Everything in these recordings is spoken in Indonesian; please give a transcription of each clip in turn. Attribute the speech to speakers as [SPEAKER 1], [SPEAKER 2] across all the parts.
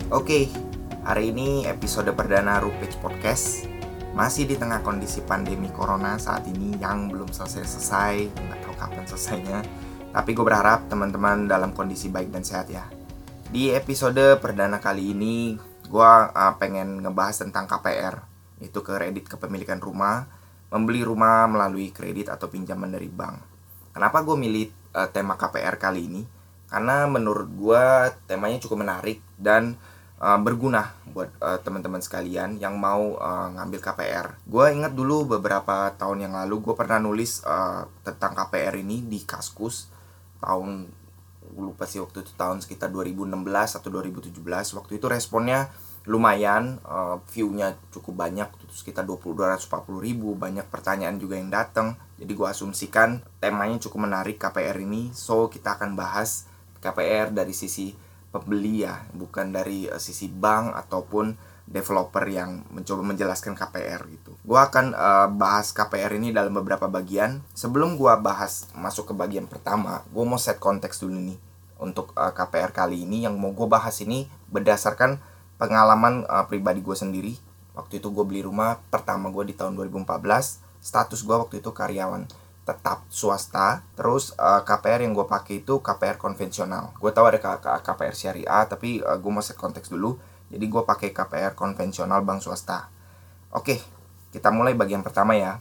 [SPEAKER 1] Oke, hari ini episode perdana Rupage Podcast. Masih di tengah kondisi pandemi corona saat ini yang belum selesai-selesai, nggak tahu kapan selesainya. Tapi gue berharap teman-teman dalam kondisi baik dan sehat ya. Di episode perdana kali ini, gue pengen ngebahas tentang KPR, itu kredit kepemilikan rumah, membeli rumah melalui kredit atau pinjaman dari bank. Kenapa gue milih tema KPR kali ini? Karena menurut gue temanya cukup menarik dan berguna buat teman-teman sekalian yang mau ngambil KPR. Gue ingat dulu beberapa tahun yang lalu gue pernah nulis tentang KPR ini di Kaskus tahun, gue lupa sih waktu itu, tahun sekitar 2016 atau 2017. Waktu itu responnya lumayan, view-nya cukup banyak, itu sekitar 240 ribu, banyak pertanyaan juga yang datang. Jadi gue asumsikan temanya cukup menarik KPR ini, so kita akan bahas KPR dari sisi pembeli ya, bukan dari sisi bank ataupun developer yang mencoba menjelaskan KPR gitu. Gue akan bahas KPR ini dalam beberapa bagian. Sebelum gue bahas masuk ke bagian pertama, gue mau set konteks dulu nih. Untuk KPR kali ini yang mau gue bahas ini berdasarkan pengalaman pribadi gue sendiri. Waktu itu gue beli rumah pertama gue di tahun 2014. Status gue waktu itu karyawan tetap swasta. Terus KPR yang gue pakai itu KPR konvensional. Gue tahu ada KPR syariah, tapi gue mau set konteks dulu. Jadi gue pakai KPR konvensional bank swasta. Oke, kita mulai bagian pertama ya.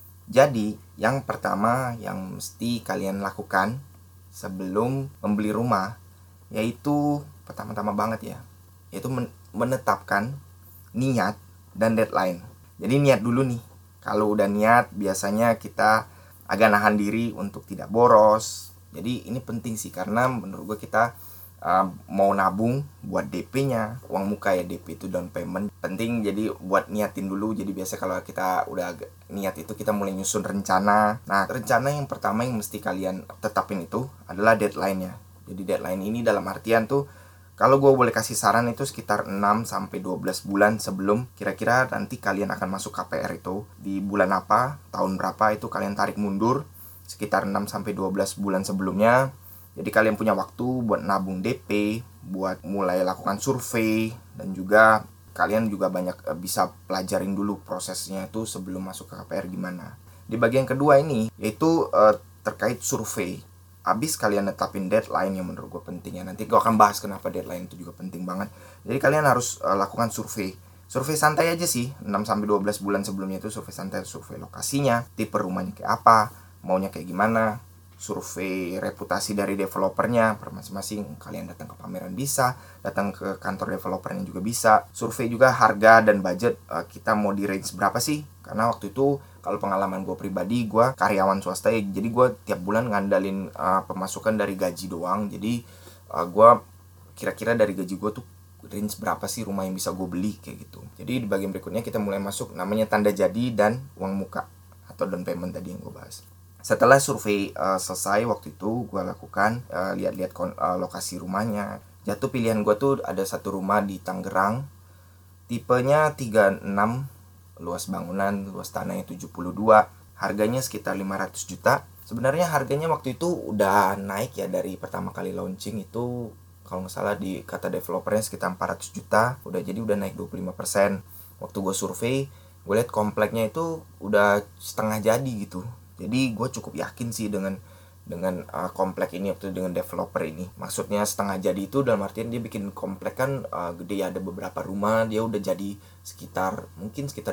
[SPEAKER 1] Jadi yang pertama yang mesti kalian lakukan sebelum membeli rumah, yaitu pertama-tama banget ya, yaitu menetapkan niat dan deadline. Jadi niat dulu nih. Kalau udah niat, biasanya kita agak nahan diri untuk tidak boros. Jadi ini penting sih, karena menurut gue kita mau nabung buat DP-nya, uang muka ya, DP itu down payment. Penting, jadi buat niatin dulu. Jadi biasa kalau kita udah niat itu kita mulai nyusun rencana. Nah, rencana yang pertama yang mesti kalian tetapin itu adalah deadline-nya. Jadi deadline ini dalam artian tuh, kalau gue boleh kasih saran itu sekitar 6-12 bulan sebelum kira-kira nanti kalian akan masuk KPR itu. Di bulan apa, tahun berapa, itu kalian tarik mundur sekitar 6-12 bulan sebelumnya. Jadi kalian punya waktu buat nabung DP, buat mulai lakukan survei, dan juga kalian juga banyak bisa pelajarin dulu prosesnya itu sebelum masuk ke KPR gimana. Di bagian kedua ini yaitu terkait survei. Abis kalian netapin deadline yang menurut gue penting ya, nanti gue akan bahas kenapa deadline itu juga penting banget. Jadi kalian harus lakukan survei. Survei santai aja sih, 6-12 bulan sebelumnya itu survei santai. Survei lokasinya, tipe rumahnya kayak apa, maunya kayak gimana. Survei reputasi dari developernya per masing-masing. Kalian datang ke pameran bisa, datang ke kantor developernya juga bisa. Survei juga harga dan budget, kita mau di range berapa sih. Karena waktu itu kalau pengalaman gue pribadi, gue karyawan swasta ya, jadi gue tiap bulan ngandalin pemasukan dari gaji doang. Jadi gue kira-kira dari gaji gue tuh range berapa sih rumah yang bisa gue beli kayak gitu. Jadi di bagian berikutnya kita mulai masuk namanya tanda jadi dan uang muka atau down payment tadi yang gue bahas. Setelah survei selesai, waktu itu gue lakukan lihat-lihat lokasi rumahnya. Jatuh pilihan gue tuh ada satu rumah di Tangerang, tipenya 36, luas bangunan, luas tanahnya 72, harganya sekitar 500 juta. Sebenarnya harganya waktu itu udah naik ya, dari pertama kali launching itu kalau nggak salah di kata developernya sekitar 400 juta, udah naik 25%. Waktu gue survei, gue lihat kompleknya itu udah setengah jadi gitu. Jadi gue cukup yakin sih dengan komplek ini waktu dengan developer ini. Maksudnya setengah jadi itu dalam artian dia bikin komplek kan gede ya, ada beberapa rumah, dia udah jadi mungkin sekitar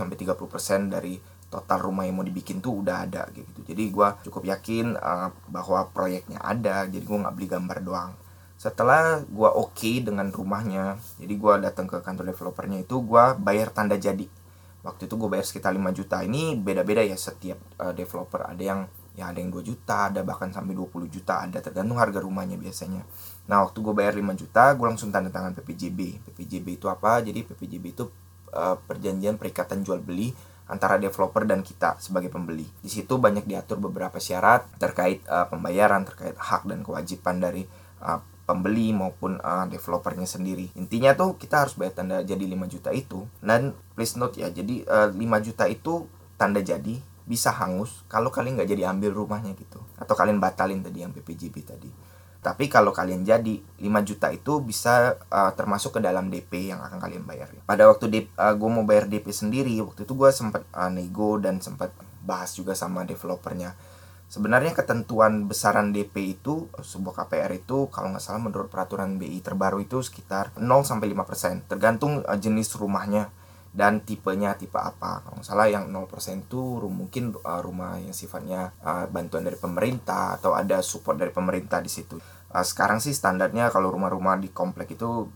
[SPEAKER 1] 20-30% dari total rumah yang mau dibikin tuh udah ada gitu. Jadi gue cukup yakin bahwa proyeknya ada. Jadi gue nggak beli gambar doang. Setelah gue oke dengan rumahnya, jadi gue datang ke kantor developernya itu, gue bayar tanda jadi. Waktu itu gue bayar sekitar 5 juta. Ini beda-beda ya setiap developer. Ada yang 2 juta, ada bahkan sampai 20 juta, ada tergantung harga rumahnya biasanya. Nah, waktu gue bayar 5 juta, gue langsung tanda tangan PPJB. PPJB itu apa? Jadi PPJB itu perjanjian perikatan jual beli antara developer dan kita sebagai pembeli. Di situ banyak diatur beberapa syarat terkait pembayaran, terkait hak dan kewajiban dari pembeli maupun developernya sendiri. Intinya tuh kita harus bayar tanda jadi 5 juta itu. Dan please note ya, jadi 5 juta itu tanda jadi bisa hangus kalau kalian nggak jadi ambil rumahnya gitu, atau kalian batalin tadi yang PPJB tadi. Tapi kalau kalian jadi 5 juta itu bisa termasuk ke dalam DP yang akan kalian bayar. Pada waktu gue mau bayar DP sendiri, waktu itu gue sempat nego dan sempat bahas juga sama developernya. Sebenarnya ketentuan besaran DP itu sebuah KPR itu kalau nggak salah menurut peraturan BI terbaru itu sekitar 0-5%, tergantung jenis rumahnya dan tipenya tipe apa. Kalau nggak salah yang 0% itu mungkin rumah yang sifatnya bantuan dari pemerintah atau ada support dari pemerintah di situ. Sekarang sih standarnya kalau rumah-rumah di komplek itu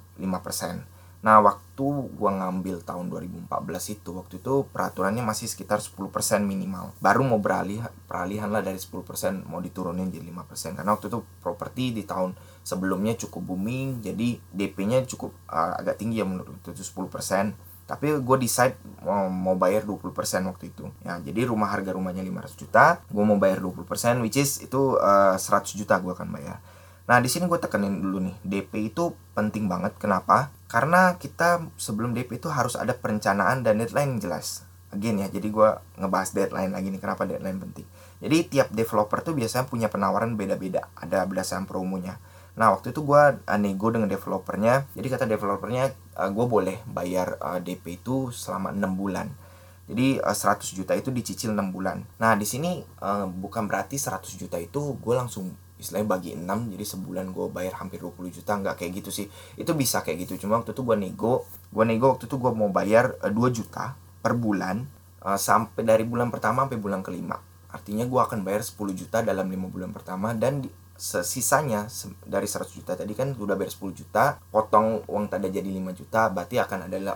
[SPEAKER 1] 5%. Nah, waktu gua ngambil tahun 2014 itu, waktu itu peraturannya masih sekitar 10% minimal. Baru mau peralihan lah dari 10% mau diturunin jadi 5%. Karena waktu itu properti di tahun sebelumnya cukup booming, jadi DP-nya cukup agak tinggi ya menurut itu 10%. Tapi gue decide mau bayar 20% waktu itu. Ya, jadi harga rumahnya 500 juta, gue mau bayar 20%, which is itu 100 juta gue akan bayar. Nah, di sini gue tekenin dulu nih, DP itu penting banget. Kenapa? Karena kita sebelum DP itu harus ada perencanaan dan deadline yang jelas. Again ya, jadi gue ngebahas deadline lagi nih, kenapa deadline penting. Jadi tiap developer tuh biasanya punya penawaran beda-beda, ada berdasarkan promonya. Nah, waktu itu gue nego dengan developernya. Jadi kata developernya, gue boleh bayar DP itu selama 6 bulan. Jadi 100 juta itu dicicil 6 bulan. Nah, di sini bukan berarti 100 juta itu gue langsung istilahnya bagi 6, jadi sebulan gue bayar hampir 20 juta, nggak kayak gitu sih. Itu bisa kayak gitu, cuma waktu itu gue nego waktu itu gue mau bayar 2 juta per bulan, sampai dari bulan pertama sampai bulan kelima. Artinya gue akan bayar 10 juta dalam 5 bulan pertama, dan sisanya dari 100 juta tadi kan udah bayar 10 juta, potong uang tanda jadi 5 juta, berarti akan ada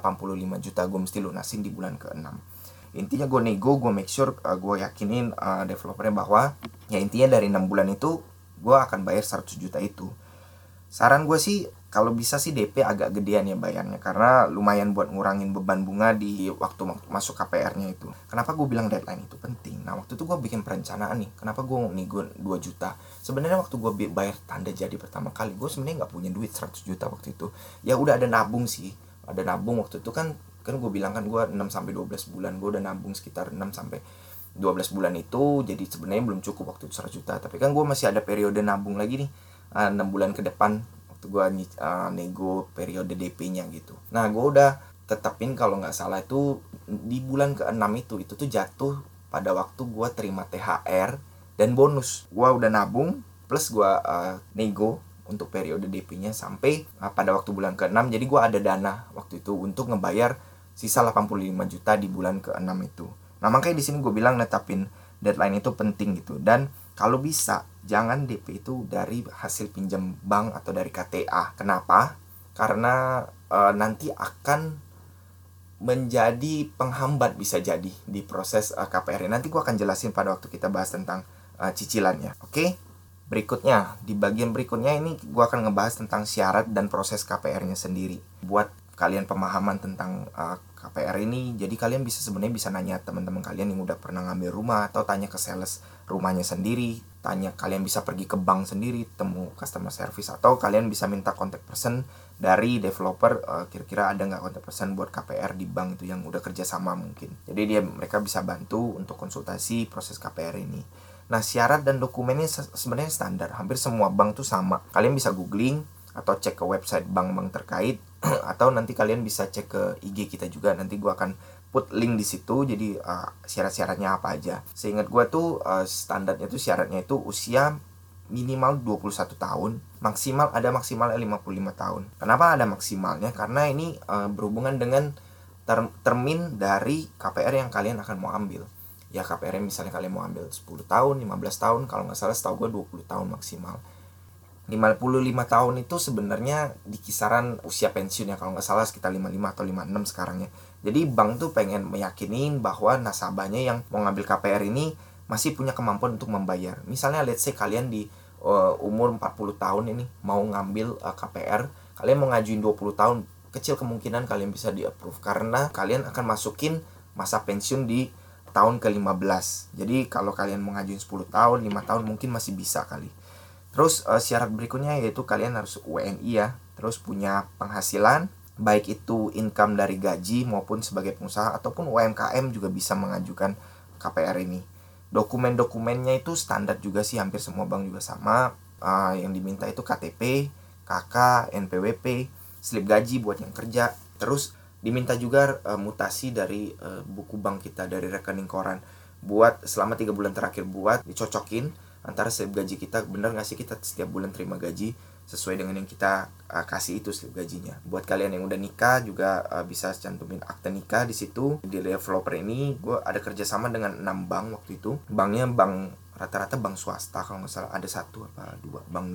[SPEAKER 1] 85 juta gue mesti lunasin di bulan ke-6. Intinya gue make sure gue yakinin developernya bahwa ya intinya dari 6 bulan itu gue akan bayar 100 juta itu. Saran gue sih kalau bisa sih DP agak gedean ya bayarnya, karena lumayan buat ngurangin beban bunga di waktu masuk KPR-nya itu. Kenapa gue bilang deadline itu penting? Nah, waktu itu gue bikin perencanaan nih, kenapa gue nego 2 juta. Sebenarnya waktu gue bayar tanda jadi pertama kali, gue sebenarnya nggak punya duit 100 juta waktu itu. Ya udah ada nabung sih, ada nabung waktu itu kan gue bilang kan gue 6-12 bulan gue udah nabung sekitar 6-12 bulan itu, jadi sebenarnya belum cukup waktu itu 100 juta, tapi kan gue masih ada periode nabung lagi nih 6 bulan ke depan waktu gue nego periode DP-nya gitu. Nah, gue udah tetapin kalau nggak salah itu di bulan ke-6 itu tuh jatuh pada waktu gue terima THR dan bonus. Gue udah nabung plus gue nego untuk periode DP-nya sampai pada waktu bulan ke-6, jadi gue ada dana waktu itu untuk ngebayar sisa 85 juta di bulan ke-6 itu. Nah, makanya di sini gue bilang netapin deadline itu penting gitu. Dan kalau bisa jangan DP itu dari hasil pinjam bank atau dari KTA. Kenapa? Karena nanti akan menjadi penghambat bisa jadi di proses KPR. Nanti gue akan jelasin pada waktu kita bahas tentang cicilannya. Oke? Berikutnya, di bagian berikutnya ini gue akan ngebahas tentang syarat dan proses KPR-nya sendiri. Buat kalian pemahaman tentang KPR ini, jadi kalian sebenarnya bisa nanya teman-teman kalian yang udah pernah ngambil rumah, atau tanya ke sales rumahnya sendiri, kalian bisa pergi ke bank sendiri, temu customer service, atau kalian bisa minta contact person dari developer, kira-kira ada nggak contact person buat KPR di bank itu yang udah kerjasama mungkin. Jadi mereka bisa bantu untuk konsultasi proses KPR ini. Nah, syarat dan dokumennya sebenarnya standar, hampir semua bank tuh sama. Kalian bisa googling atau cek ke website bank-bank terkait, atau nanti kalian bisa cek ke IG kita juga, nanti gue akan put link di situ. Jadi syarat-syaratnya apa aja. Seingat gue tuh standarnya tuh syaratnya itu usia minimal 21 tahun, maksimal 55 tahun. Kenapa ada maksimalnya? Karena ini berhubungan dengan termin dari KPR yang kalian akan mau ambil. Ya, KPR misalnya kalian mau ambil 10 tahun, 15 tahun, kalau nggak salah setahu gue 20 tahun maksimal. 55 tahun itu sebenarnya di kisaran usia pensiun ya, kalau nggak salah sekitar 55 atau 56 sekarang ya. Jadi bank tuh pengen meyakinin bahwa nasabahnya yang mau ngambil KPR ini masih punya kemampuan untuk membayar. Misalnya let's say kalian di umur 40 tahun ini mau ngambil KPR, kalian mau ngajuin 20 tahun, kecil kemungkinan kalian bisa di-approve karena kalian akan masukin masa pensiun di tahun ke-15. Jadi kalau kalian mau ngajuin 10 tahun, 5 tahun mungkin masih bisa kali. Terus syarat berikutnya yaitu kalian harus WNI ya, terus punya penghasilan, baik itu income dari gaji maupun sebagai pengusaha, ataupun UMKM juga bisa mengajukan KPR ini. Dokumen-dokumennya itu standar juga sih, hampir semua bank juga sama. yang diminta itu KTP, KK, NPWP, slip gaji buat yang kerja. Terus diminta juga mutasi dari buku bank kita, dari rekening koran, buat selama 3 bulan terakhir, buat dicocokin antara slip gaji kita, bener nggak sih kita setiap bulan terima gaji sesuai dengan yang kita kasih itu slip gajinya. Buat kalian yang udah nikah juga bisa cantumin akte nikah di situ. Di developer ini gue ada kerjasama dengan 6 bank waktu itu. Banknya bank rata-rata bank swasta, kalau nggak salah ada 1 apa 2 bank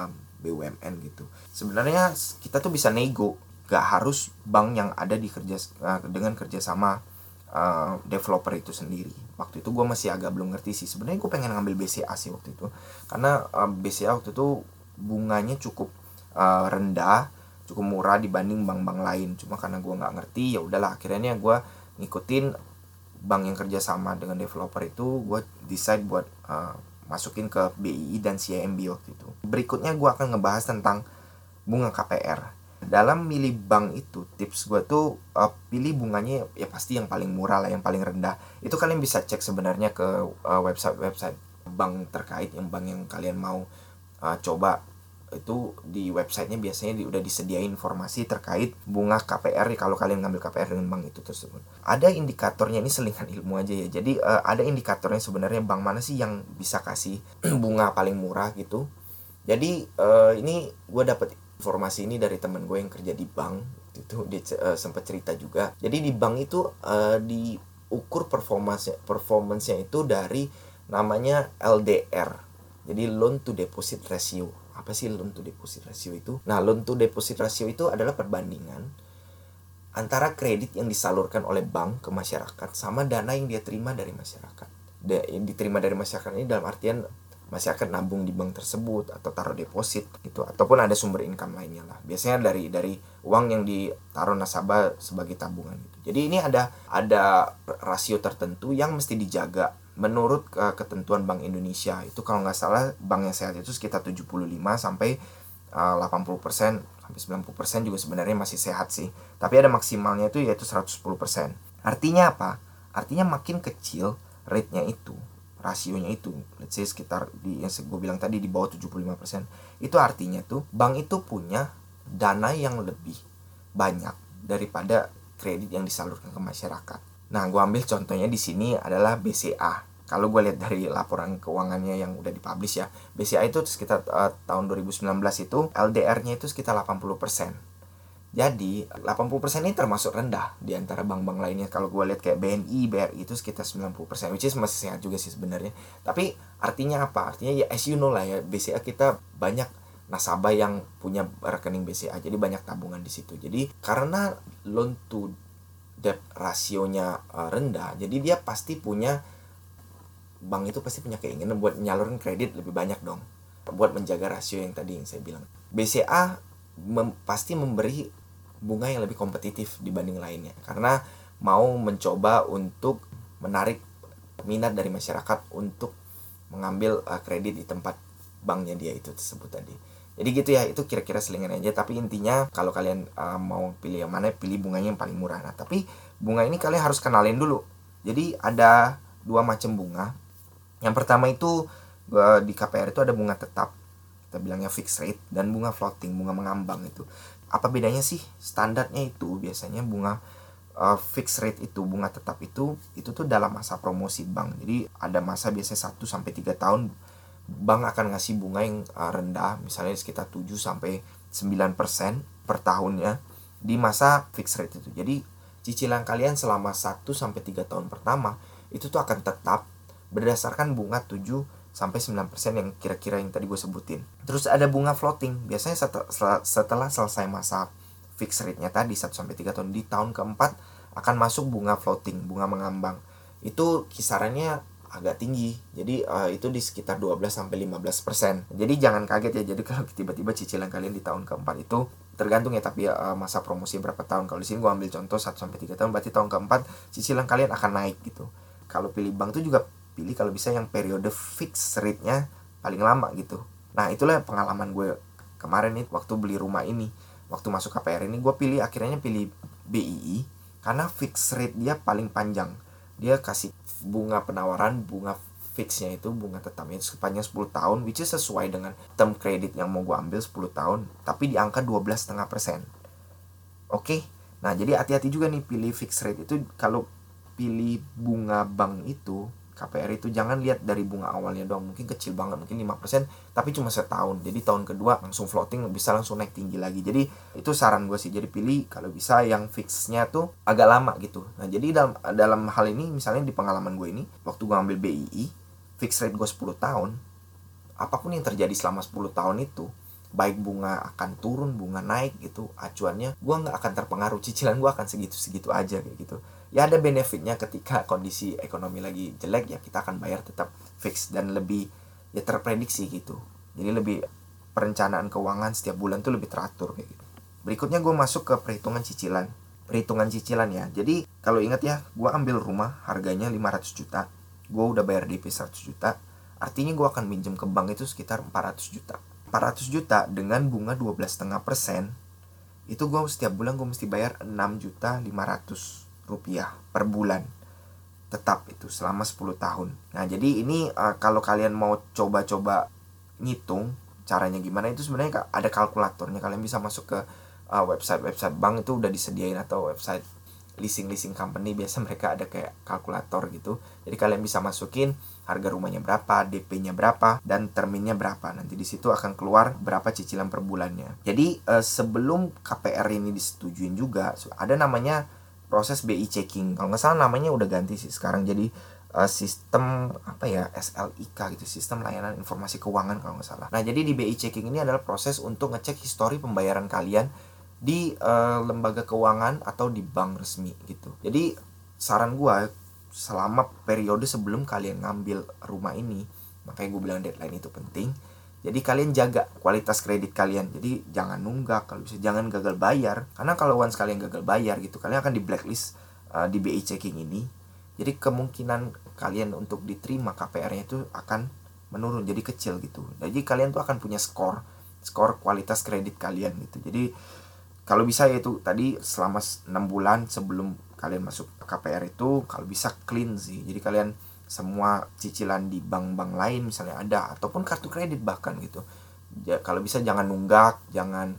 [SPEAKER 1] BUMN gitu. Sebenarnya kita tuh bisa nego, gak harus bank yang ada di dengan kerjasama developer itu sendiri. Waktu itu gue masih agak belum ngerti sih. Sebenarnya gue pengen ngambil BCA sih waktu itu, karena BCA waktu itu bunganya cukup rendah, cukup murah dibanding bank-bank lain. Cuma karena gue nggak ngerti, ya udahlah, akhirnya gue ngikutin bank yang kerjasama dengan developer itu. Gue decide buat masukin ke BII dan CIMB waktu itu. Berikutnya gue akan ngebahas tentang bunga KPR. Dalam milih bank itu, tips gue tuh pilih bunganya ya pasti yang paling murah lah, yang paling rendah. Itu kalian bisa cek sebenarnya ke website bank terkait, yang bank yang kalian mau coba. Itu di websitenya biasanya udah disediain informasi terkait bunga KPR kalau kalian ngambil KPR dengan bank itu tersebut. Ada indikatornya, ini selingan ilmu aja ya. Jadi ada indikatornya sebenarnya bank mana sih yang bisa kasih bunga paling murah gitu. Jadi ini gue dapet informasi ini dari temen gue yang kerja di bank. Itu dia sempat cerita juga. Jadi di bank itu diukur performance-nya itu dari namanya LDR. Jadi loan to deposit ratio. Apa sih loan to deposit ratio itu? Nah, loan to deposit ratio itu adalah perbandingan antara kredit yang disalurkan oleh bank ke masyarakat sama dana yang dia terima dari masyarakat. Yang diterima dari masyarakat ini dalam artian masyarakat nabung di bank tersebut atau taruh deposit gitu, ataupun ada sumber income lainnya lah. Biasanya dari uang yang ditaruh nasabah sebagai tabungan gitu. Jadi ini ada rasio tertentu yang mesti dijaga menurut ketentuan Bank Indonesia. Itu kalau nggak salah bank yang sehat itu sekitar 75 sampai 80%, sampai 90% juga sebenarnya masih sehat sih. Tapi ada maksimalnya itu yaitu 110%. Artinya apa? Artinya makin kecil rate-nya itu, rasionya itu, let's say sekitar yang gue bilang tadi di bawah 75%. Itu artinya tuh bank itu punya dana yang lebih banyak daripada kredit yang disalurkan ke masyarakat. Nah, gue ambil contohnya di sini adalah BCA. Kalau gue lihat dari laporan keuangannya yang udah dipublish ya, BCA itu sekitar tahun 2019 itu LDR-nya itu sekitar 80%. Jadi 80% ini termasuk rendah di antara bank-bank lainnya. Kalau gue lihat kayak BNI, BRI itu sekitar 90%, which is masih sehat juga sih sebenarnya. Tapi artinya apa? Artinya ya as you know lah ya, BCA kita banyak nasabah yang punya rekening BCA, jadi banyak tabungan di situ. Jadi karena loan to debt rasionya rendah, jadi dia pasti punya, bank itu pasti punya keinginan buat nyalurin kredit lebih banyak dong, buat menjaga rasio yang tadi yang saya bilang. BCA pasti memberi bunga yang lebih kompetitif dibanding lainnya, karena mau mencoba untuk menarik minat dari masyarakat untuk mengambil kredit di tempat banknya dia itu tersebut tadi. Jadi gitu ya, itu kira-kira selingan aja. Tapi intinya kalau kalian mau pilih yang mana, pilih bunganya yang paling murah. Nah, tapi bunga ini kalian harus kenalin dulu. Jadi ada 2 macam bunga. Yang pertama itu di KPR itu ada bunga tetap, kita bilangnya fixed rate, dan bunga floating, bunga mengambang itu. Apa bedanya sih? Standarnya itu biasanya bunga fixed rate itu, bunga tetap itu tuh dalam masa promosi bank. Jadi ada masa biasanya 1 sampai 3 tahun bank akan ngasih bunga yang rendah, misalnya sekitar 7 sampai 9% per tahunnya di masa fixed rate itu. Jadi cicilan kalian selama 1 sampai 3 tahun pertama itu tuh akan tetap berdasarkan bunga 7 sampai 9% yang kira-kira yang tadi gue sebutin. Terus ada bunga floating. Biasanya setelah selesai masa fixed rate-nya tadi 1 sampai 3 tahun, di tahun keempat akan masuk bunga floating, bunga mengambang. Itu kisarannya agak tinggi. Jadi itu di sekitar 12 sampai 15%. Jadi jangan kaget ya. Jadi kalau tiba-tiba cicilan kalian di tahun keempat itu tergantung ya, tapi masa promosi berapa tahun. Kalau di sini gue ambil contoh 1 sampai 3 tahun, berarti tahun keempat cicilan kalian akan naik gitu. Kalau pilih bank itu juga pilih kalau bisa yang periode fixed rate-nya paling lama gitu. Nah, itulah pengalaman gue kemarin nih waktu beli rumah ini. Waktu masuk KPR ini gue akhirnya pilih BII karena fixed rate dia paling panjang. Dia kasih bunga penawaran, bunga fixnya itu, bunga tetapnya itu sepanjang 10 tahun, which is sesuai dengan term kredit yang mau gue ambil 10 tahun, tapi di angka 12,5%. Oke, nah jadi hati-hati juga nih pilih fixed rate itu. Kalau pilih bunga bank itu, KPR itu, jangan lihat dari bunga awalnya doang, mungkin kecil banget, mungkin 5%, tapi cuma setahun. Jadi tahun kedua langsung floating, bisa langsung naik tinggi lagi. Jadi itu saran gue sih, jadi pilih kalau bisa yang fixnya tuh agak lama gitu. Nah jadi dalam hal ini, misalnya di pengalaman gue ini, waktu gue ambil BII, fixed rate gue 10 tahun, apapun yang terjadi selama 10 tahun itu, baik bunga akan turun, bunga naik gitu, acuannya gue nggak akan terpengaruh, cicilan gue akan segitu-segitu aja kayak gitu. Ya ada benefitnya ketika kondisi ekonomi lagi jelek, ya kita akan bayar tetap fix dan lebih ya terprediksi gitu. Jadi lebih perencanaan keuangan setiap bulan tuh lebih teratur kayak gitu. Berikutnya gue masuk ke perhitungan cicilan. Perhitungan cicilan ya. Jadi kalau ingat ya, gue ambil rumah harganya 500 juta. Gue udah bayar DP 100 juta. Artinya gue akan minjem ke bank itu sekitar 400 juta. 400 juta dengan bunga 12,5%, itu gue setiap bulan gue mesti bayar 6.500.000 rupiah per bulan. Tetap itu selama 10 tahun. Nah jadi ini kalau kalian mau coba-coba ngitung caranya gimana, itu sebenarnya ada kalkulatornya. Kalian bisa masuk ke website bank, itu udah disediain, atau website leasing company, biasa mereka ada kayak kalkulator gitu. Jadi kalian bisa masukin harga rumahnya berapa, DP-nya berapa, dan terminnya berapa. Nanti di situ akan keluar berapa cicilan per bulannya. Jadi sebelum KPR ini disetujuin juga ada namanya proses BI checking. Kalau nggak salah namanya udah ganti sih sekarang, jadi sistem apa ya, SLIK gitu, sistem layanan informasi keuangan kalau nggak salah. Nah jadi di BI checking ini adalah proses untuk ngecek histori pembayaran kalian di lembaga keuangan atau di bank resmi gitu. Jadi saran gue, selama periode sebelum kalian ngambil rumah ini, makanya gue bilang deadline itu penting. Jadi kalian jaga kualitas kredit kalian. Jadi jangan nunggak, kalau bisa jangan gagal bayar. Karena kalau once kalian gagal bayar gitu, kalian akan di blacklist di BI checking ini. Jadi kemungkinan kalian untuk diterima KPR-nya itu akan menurun, jadi kecil gitu. Jadi kalian tuh akan punya skor kualitas kredit kalian gitu. Jadi kalau bisa ya itu tadi, selama 6 bulan sebelum kalian masuk ke KPR itu, kalau bisa clean sih. Jadi kalian semua cicilan di bank-bank lain misalnya ada, ataupun kartu kredit bahkan gitu. Kalau bisa jangan nunggak, jangan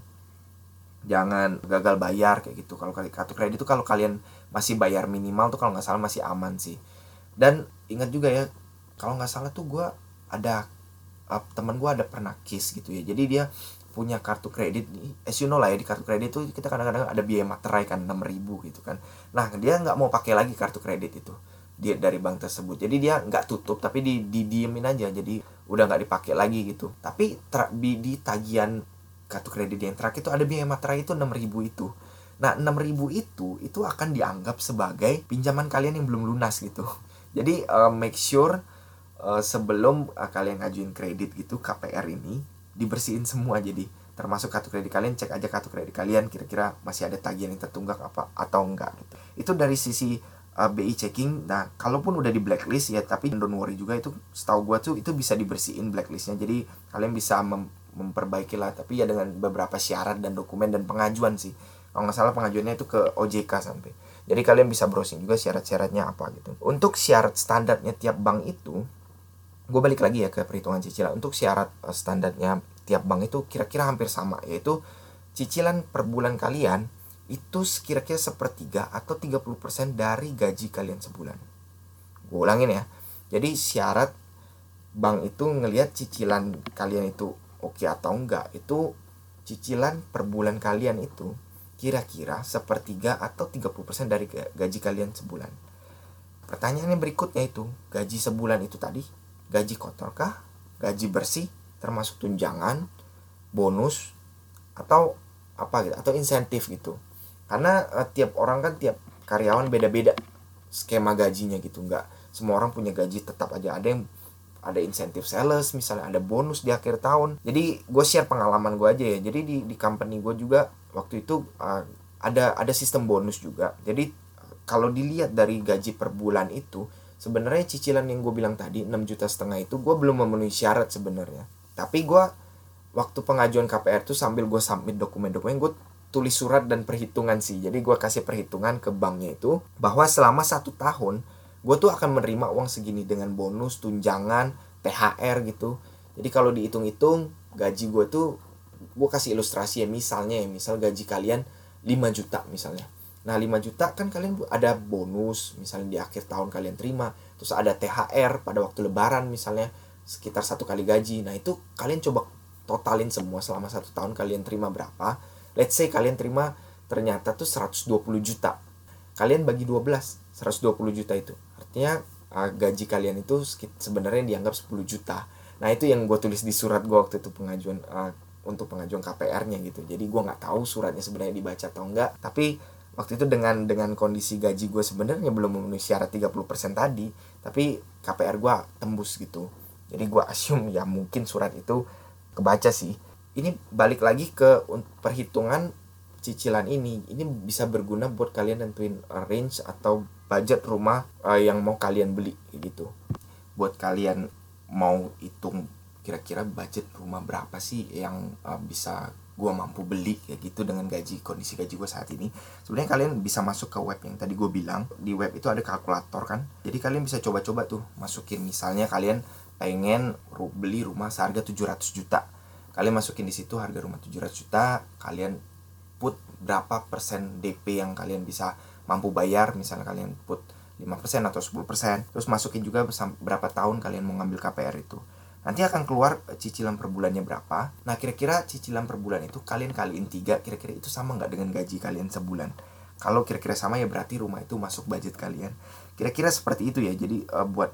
[SPEAKER 1] gagal bayar kayak gitu. Kalau kartu kredit itu kalau kalian masih bayar minimal tuh kalau nggak salah masih aman sih. Dan ingat juga ya, kalau nggak salah tuh teman gue ada pernah case gitu ya. Jadi dia punya kartu kredit, as you know lah ya, di kartu kredit itu kita kadang-kadang ada biaya materai kan 6.000 gitu kan. Nah dia nggak mau pakai lagi kartu kredit itu dia dari bank tersebut, jadi dia nggak tutup tapi didiemin aja, jadi udah nggak dipakai lagi gitu. Tapi di tagihan kartu kredit yang terakhir itu ada biaya materai itu 6.000 itu. Nah 6.000 itu akan dianggap sebagai pinjaman kalian yang belum lunas gitu. Jadi make sure sebelum kalian ngajuin kredit gitu, KPR ini dibersihin semua. Jadi termasuk kartu kredit kalian, cek aja kartu kredit kalian kira-kira masih ada tagihan yang tertunggak apa atau enggak gitu. Itu dari sisi BI checking. Nah kalaupun udah di blacklist ya, tapi don't worry juga, itu setahu gua tuh itu bisa dibersihin blacklistnya. Jadi kalian bisa memperbaiki lah, tapi ya dengan beberapa syarat dan dokumen dan pengajuan sih. Kalau nggak salah pengajuannya itu ke OJK sampai. Jadi kalian bisa browsing juga syarat-syaratnya apa gitu. Untuk syarat standarnya tiap bank itu, gue balik lagi ya ke perhitungan cicilan. Untuk syarat standarnya tiap bank itu kira-kira hampir sama, yaitu cicilan per bulan kalian itu kira-kira 1/3 atau 30% dari gaji kalian sebulan. Gue ulangin ya. Jadi syarat bank itu ngelihat cicilan kalian itu oke atau enggak, itu cicilan per bulan kalian itu kira-kira 1/3 atau 30% dari gaji kalian sebulan. Pertanyaannya berikutnya itu, gaji sebulan itu tadi gaji kotorkah, gaji bersih, termasuk tunjangan, bonus, atau apa gitu, atau insentif gitu. Karena tiap orang kan, tiap karyawan beda-beda skema gajinya gitu. Nggak semua orang punya gaji tetap aja. Ada insentif sales, misalnya ada bonus di akhir tahun. Jadi gue share pengalaman gue aja ya. Jadi di company gue juga waktu itu ada sistem bonus juga. Jadi kalau dilihat dari gaji per bulan itu, sebenarnya cicilan yang gue bilang tadi 6,5 juta itu gue belum memenuhi syarat sebenarnya. Tapi gue waktu pengajuan KPR tuh sambil gue submit dokumen-dokumen, gue tulis surat dan perhitungan sih. Jadi gue kasih perhitungan ke banknya itu bahwa selama 1 tahun gue tuh akan menerima uang segini dengan bonus, tunjangan, THR gitu. Jadi kalau dihitung-hitung gaji gue tuh, gue kasih ilustrasi ya, misal gaji kalian 5 juta misalnya. Nah 5 juta kan kalian ada bonus misalnya di akhir tahun kalian terima, terus ada THR pada waktu lebaran misalnya sekitar 1 kali gaji. Nah itu kalian coba totalin semua selama 1 tahun kalian terima berapa. Let's say kalian terima ternyata tuh 120 juta, kalian bagi 12, 120 juta itu artinya gaji kalian itu sebenarnya dianggap 10 juta. Nah itu yang gue tulis di surat gue waktu itu pengajuan untuk pengajuan KPR-nya gitu. Jadi gue nggak tahu suratnya sebenarnya dibaca atau enggak, tapi waktu itu dengan kondisi gaji gue sebenarnya belum memenuhi syarat 30% tadi, tapi KPR gue tembus gitu. Jadi gue assume ya mungkin surat itu kebaca sih. Ini balik lagi ke perhitungan cicilan ini bisa berguna buat kalian nentuin range atau budget rumah yang mau kalian beli gitu. Buat kalian mau hitung kira-kira budget rumah berapa sih yang bisa gue mampu beli kayak gitu dengan kondisi gaji gue saat ini. Sebenarnya kalian bisa masuk ke web yang tadi gue bilang. Di web itu ada kalkulator kan, jadi kalian bisa coba-coba tuh masukin, misalnya kalian pengen beli rumah seharga 700 juta, kalian masukin di situ harga rumah 700 juta, kalian put berapa persen DP yang kalian bisa mampu bayar, misalnya kalian put 5% atau 10%, terus masukin juga berapa tahun kalian mau ngambil KPR itu. Nanti akan keluar cicilan per bulannya berapa. Nah kira-kira cicilan per bulan itu kalian kaliin 3, kira-kira itu sama nggak dengan gaji kalian sebulan? Kalau kira-kira sama ya berarti rumah itu masuk budget kalian. Kira-kira seperti itu ya. Jadi buat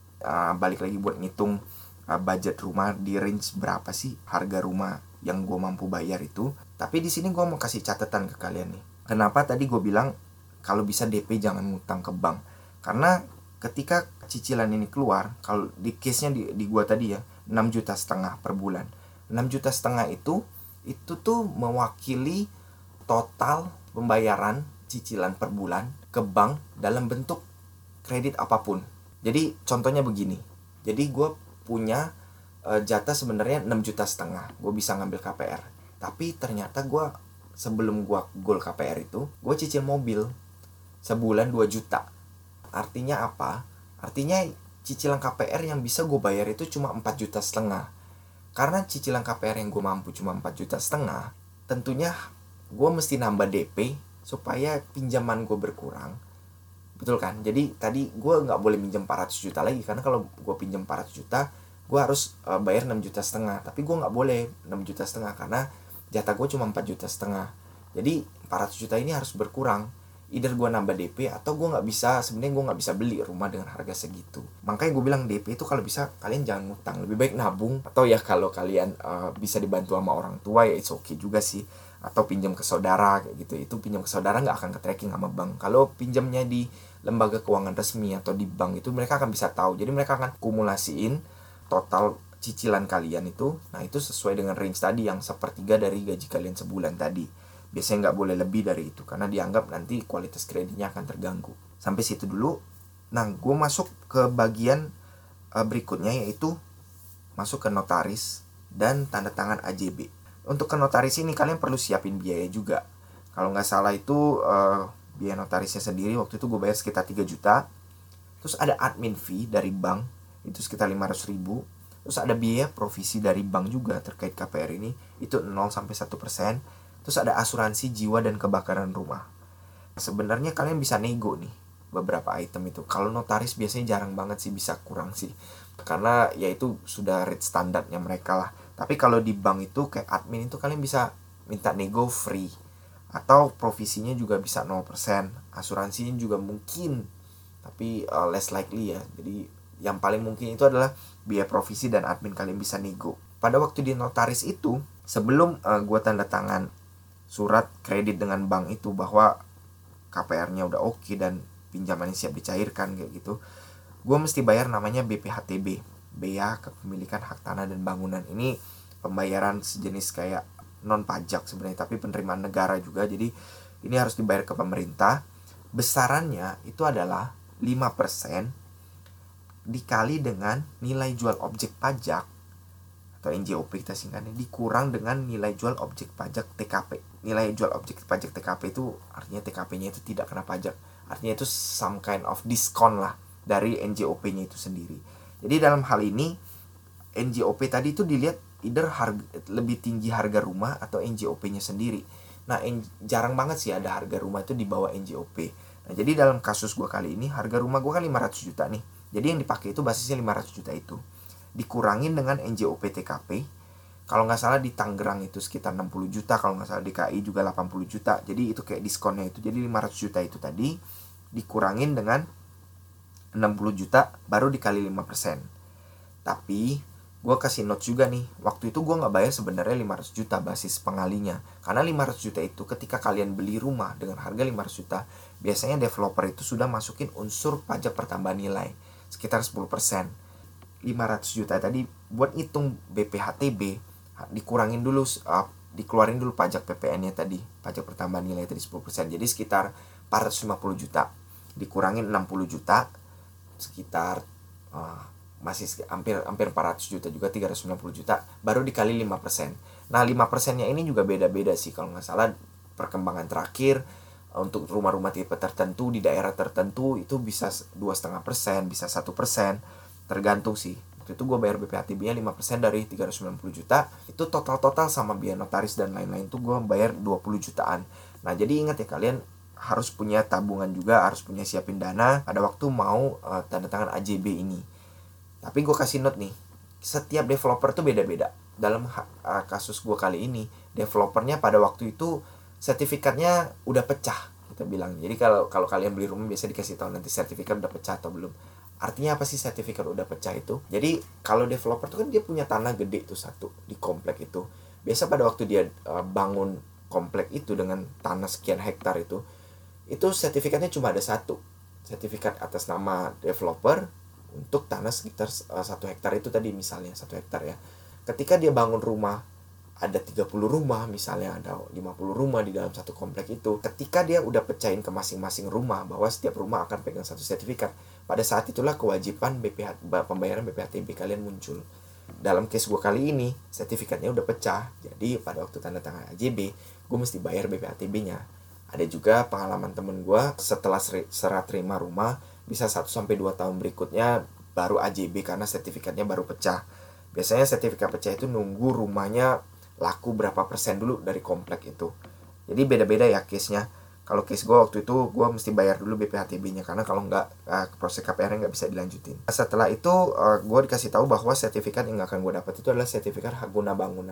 [SPEAKER 1] balik lagi buat ngitung budget rumah di range berapa sih harga rumah yang gue mampu bayar itu. Tapi di sini gue mau kasih catatan ke kalian nih. Kenapa tadi gue bilang kalau bisa DP jangan ngutang ke bank? Karena ketika cicilan ini keluar, kalau di case-nya di gue tadi ya, 6,5 juta per bulan. 6,5 juta itu tuh mewakili total pembayaran cicilan per bulan ke bank dalam bentuk kredit apapun. Jadi contohnya begini. Jadi gue punya jatah sebenarnya 6,5 juta, gue bisa ngambil KPR. Tapi ternyata gue sebelum gue goal KPR itu, gue cicil mobil sebulan 2 juta. Artinya apa? Artinya cicilan KPR yang bisa gue bayar itu cuma 4,5 juta. Karena cicilan KPR yang gue mampu cuma 4,5 juta, tentunya gue mesti nambah DP supaya pinjaman gue berkurang. Betul kan? Jadi tadi gue gak boleh minjem 400 juta lagi, karena kalau gue pinjam 400 juta gue harus bayar 6,5 juta. Tapi gue gak boleh 6,5 juta karena jatah gue cuma 4,5 juta. Jadi 400 juta ini harus berkurang. Either gue nambah DP atau gue nggak bisa, sebenarnya gue nggak bisa beli rumah dengan harga segitu. Makanya gue bilang DP itu kalau bisa kalian jangan ngutang, lebih baik nabung. Atau ya kalau kalian bisa dibantu sama orang tua ya it's okay juga sih. Atau pinjam ke saudara kayak gitu. Itu pinjam ke saudara nggak akan ke-tracking sama bank. Kalau pinjamnya di lembaga keuangan resmi atau di bank itu mereka akan bisa tahu. Jadi mereka akan kumulasiin total cicilan kalian itu. Nah itu sesuai dengan range tadi yang 1/3 dari gaji kalian sebulan tadi. Biasanya nggak boleh lebih dari itu, karena dianggap nanti kualitas kreditnya akan terganggu. Sampai situ dulu. Nah, gue masuk ke bagian berikutnya, yaitu masuk ke notaris dan tanda tangan AJB. Untuk ke notaris ini kalian perlu siapin biaya juga. Kalau nggak salah itu biaya notarisnya sendiri waktu itu gue bayar sekitar 3 juta. Terus ada admin fee dari bank, itu sekitar 500 ribu. Terus ada biaya provisi dari bank juga terkait KPR ini, itu 0-1%. Terus ada asuransi jiwa dan kebakaran rumah. Sebenarnya kalian bisa nego nih beberapa item itu. Kalau notaris biasanya jarang banget sih, bisa kurang sih, karena ya itu sudah rate standarnya mereka lah. Tapi kalau di bank itu kayak admin itu kalian bisa minta nego free. Atau provisinya juga bisa 0%. Asuransinya juga mungkin, tapi less likely ya. Jadi yang paling mungkin itu adalah biaya provisi dan admin kalian bisa nego. Pada waktu di notaris itu, sebelum gue tanda tangan surat kredit dengan bank itu bahwa KPR-nya udah oke dan pinjamannya siap dicairkan kayak gitu, gue mesti bayar namanya BPHTB, Bea Kepemilikan Hak Tanah dan Bangunan. Ini pembayaran sejenis kayak non pajak sebenarnya, tapi penerimaan negara juga. Jadi ini harus dibayar ke pemerintah. Besarannya itu adalah 5% dikali dengan nilai jual objek pajak atau NJOP kita singkatnya, dikurang dengan nilai jual objek pajak TKP. Nilai jual objek pajak TKP itu artinya TKP-nya itu tidak kena pajak. Artinya itu some kind of discount lah dari NJOP-nya itu sendiri. Jadi dalam hal ini NJOP tadi itu dilihat either lebih tinggi harga rumah atau NJOP-nya sendiri. Nah, jarang banget sih ada harga rumah itu di bawah NJOP. Nah, jadi dalam kasus gue kali ini harga rumah gue kan 500 juta nih. Jadi yang dipakai itu basisnya 500 juta itu. Dikurangin dengan NJOP TKP. Kalau nggak salah di Tangerang itu sekitar 60 juta, kalau nggak salah di KI juga 80 juta. Jadi itu kayak diskonnya itu. Jadi 500 juta itu tadi dikurangin dengan 60 juta baru dikali 5%. Tapi gue kasih note juga nih, waktu itu gue nggak bayar sebenarnya 500 juta basis pengalinya. Karena 500 juta itu ketika kalian beli rumah dengan harga 500 juta, biasanya developer itu sudah masukin unsur pajak pertambahan nilai sekitar 10%. 500 juta tadi buat hitung BPHTB dikeluarin dulu pajak PPN-nya tadi, pajak pertambahan nilai tadi 10%. Jadi sekitar 450 juta dikurangin 60 juta sekitar masih hampir 400 juta juga, 390 juta baru dikali 5%. Nah, 5%-nya ini juga beda-beda sih, kalau nggak salah perkembangan terakhir untuk rumah-rumah tipe tertentu di daerah tertentu itu bisa 2,5%, bisa 1%, tergantung sih. Waktu itu gue bayar BPHTB-nya 5% dari 390 juta, itu total sama biaya notaris dan lain-lain tuh gue bayar 20 jutaan. Nah, jadi ingat ya, kalian harus punya tabungan juga, harus punya siapin dana pada waktu mau tanda tangan AJB ini. Tapi gue kasih note nih, setiap developer tuh beda-beda. Dalam kasus gue kali ini, developernya pada waktu itu sertifikatnya udah pecah, kita bilang. Jadi kalau kalian beli rumah biasa dikasih tahu nanti sertifikat udah pecah atau belum. Artinya apa sih sertifikat udah pecah itu? Jadi kalau developer tuh kan dia punya tanah gede tuh satu di komplek itu. Biasa pada waktu dia bangun komplek itu dengan tanah sekian hektar itu sertifikatnya cuma ada satu. Sertifikat atas nama developer untuk tanah sekitar 1 hektar itu tadi, misalnya 1 hektar ya. Ketika dia bangun rumah, ada 30 rumah misalnya, ada 50 rumah di dalam satu komplek itu. Ketika dia udah pecahin ke masing-masing rumah bahwa setiap rumah akan pegang satu sertifikat, pada saat itulah kewajiban pembayaran BPHTB kalian muncul. Dalam case gue kali ini, sertifikatnya udah pecah. Jadi pada waktu tanda tangan AJB, gue mesti bayar BPHTB-nya. Ada juga pengalaman temen gue, setelah serah terima rumah, bisa 1-2 tahun berikutnya baru AJB karena sertifikatnya baru pecah. Biasanya sertifikat pecah itu nunggu rumahnya laku berapa persen dulu dari komplek itu. Jadi beda-beda ya case-nya. Kalau case gue waktu itu, gue mesti bayar dulu BPHTB-nya, karena kalau nggak proses KPR-nya nggak bisa dilanjutin. Setelah itu gue dikasih tahu bahwa sertifikat yang akan gue dapat itu adalah sertifikat hak guna bangunan.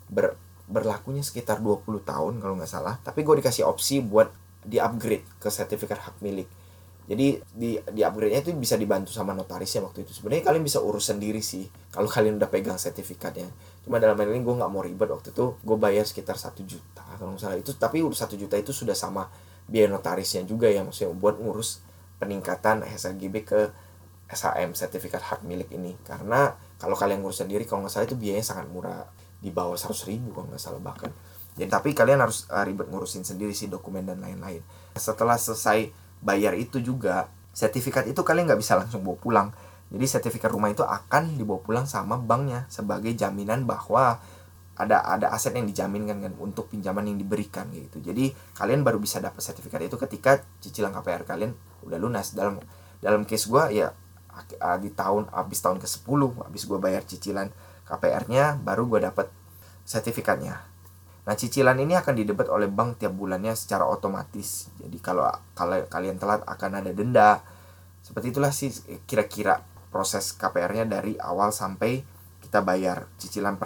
[SPEAKER 1] Berlakunya sekitar 20 tahun kalau nggak salah. Tapi gue dikasih opsi buat di-upgrade ke sertifikat hak milik. Jadi di upgrade-nya itu bisa dibantu sama notarisnya waktu itu. Sebenarnya kalian bisa urus sendiri sih kalau kalian udah pegang sertifikatnya. Cuma dalam hal ini gue nggak mau ribet, waktu itu gue bayar sekitar 1 juta kalau nggak salah itu. Tapi 1 juta itu sudah sama biaya notarisnya juga ya, maksudnya buat ngurus peningkatan SHGB ke SHM, sertifikat hak milik ini. Karena kalau kalian ngurus sendiri kalau nggak salah itu biayanya sangat murah, di bawah 100.000 kalau nggak salah bahkan. Jadi tapi kalian harus ribet ngurusin sendiri sih dokumen dan lain-lain. Setelah selesai bayar itu juga, sertifikat itu kalian nggak bisa langsung bawa pulang. Jadi sertifikat rumah itu akan dibawa pulang sama banknya sebagai jaminan bahwa ada aset yang dijaminkan kan untuk pinjaman yang diberikan gitu. Jadi kalian baru bisa dapat sertifikat itu ketika cicilan KPR kalian udah lunas. Dalam case gue ya di habis tahun ke-10 habis gue bayar cicilan KPR-nya baru gue dapat sertifikatnya. Nah, cicilan ini akan didebat oleh bank tiap bulannya secara otomatis. Jadi kalau kalian telat akan ada denda. Seperti itulah sih kira-kira proses KPR-nya dari awal sampai kita bayar cicilan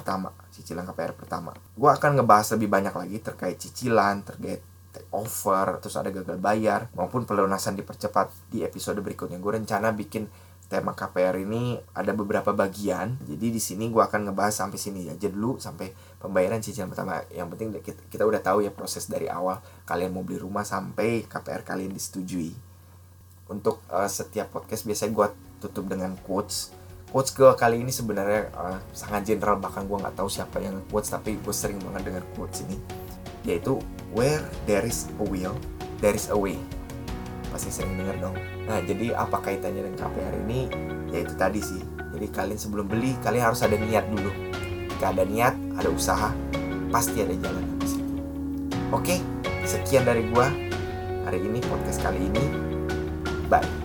[SPEAKER 1] KPR pertama. Gue akan ngebahas lebih banyak lagi terkait cicilan, terkait take over, terus ada gagal bayar, maupun pelunasan dipercepat di episode berikutnya. Gue rencana bikin tema KPR ini ada beberapa bagian. Jadi di sini gue akan ngebahas sampai sini aja dulu, sampai pembayaran cicilan pertama. Yang penting kita udah tahu ya proses dari awal kalian mau beli rumah sampai KPR kalian disetujui. Untuk setiap podcast biasanya gue tutup dengan quotes. Quotes gue kali ini sebenarnya sangat general, bahkan gue nggak tahu siapa yang quotes, tapi gue sering banget dengar quotes ini, yaitu where there is a will, there is a way. Pasti sering dengar dong. Nah, jadi apa kaitannya dengan KPR ini? Ya itu tadi sih. Jadi kalian sebelum beli, kalian harus ada niat dulu. Jika ada niat, ada usaha, pasti ada jalan di situ. Oke, sekian dari gua hari ini, podcast kali ini. Bye.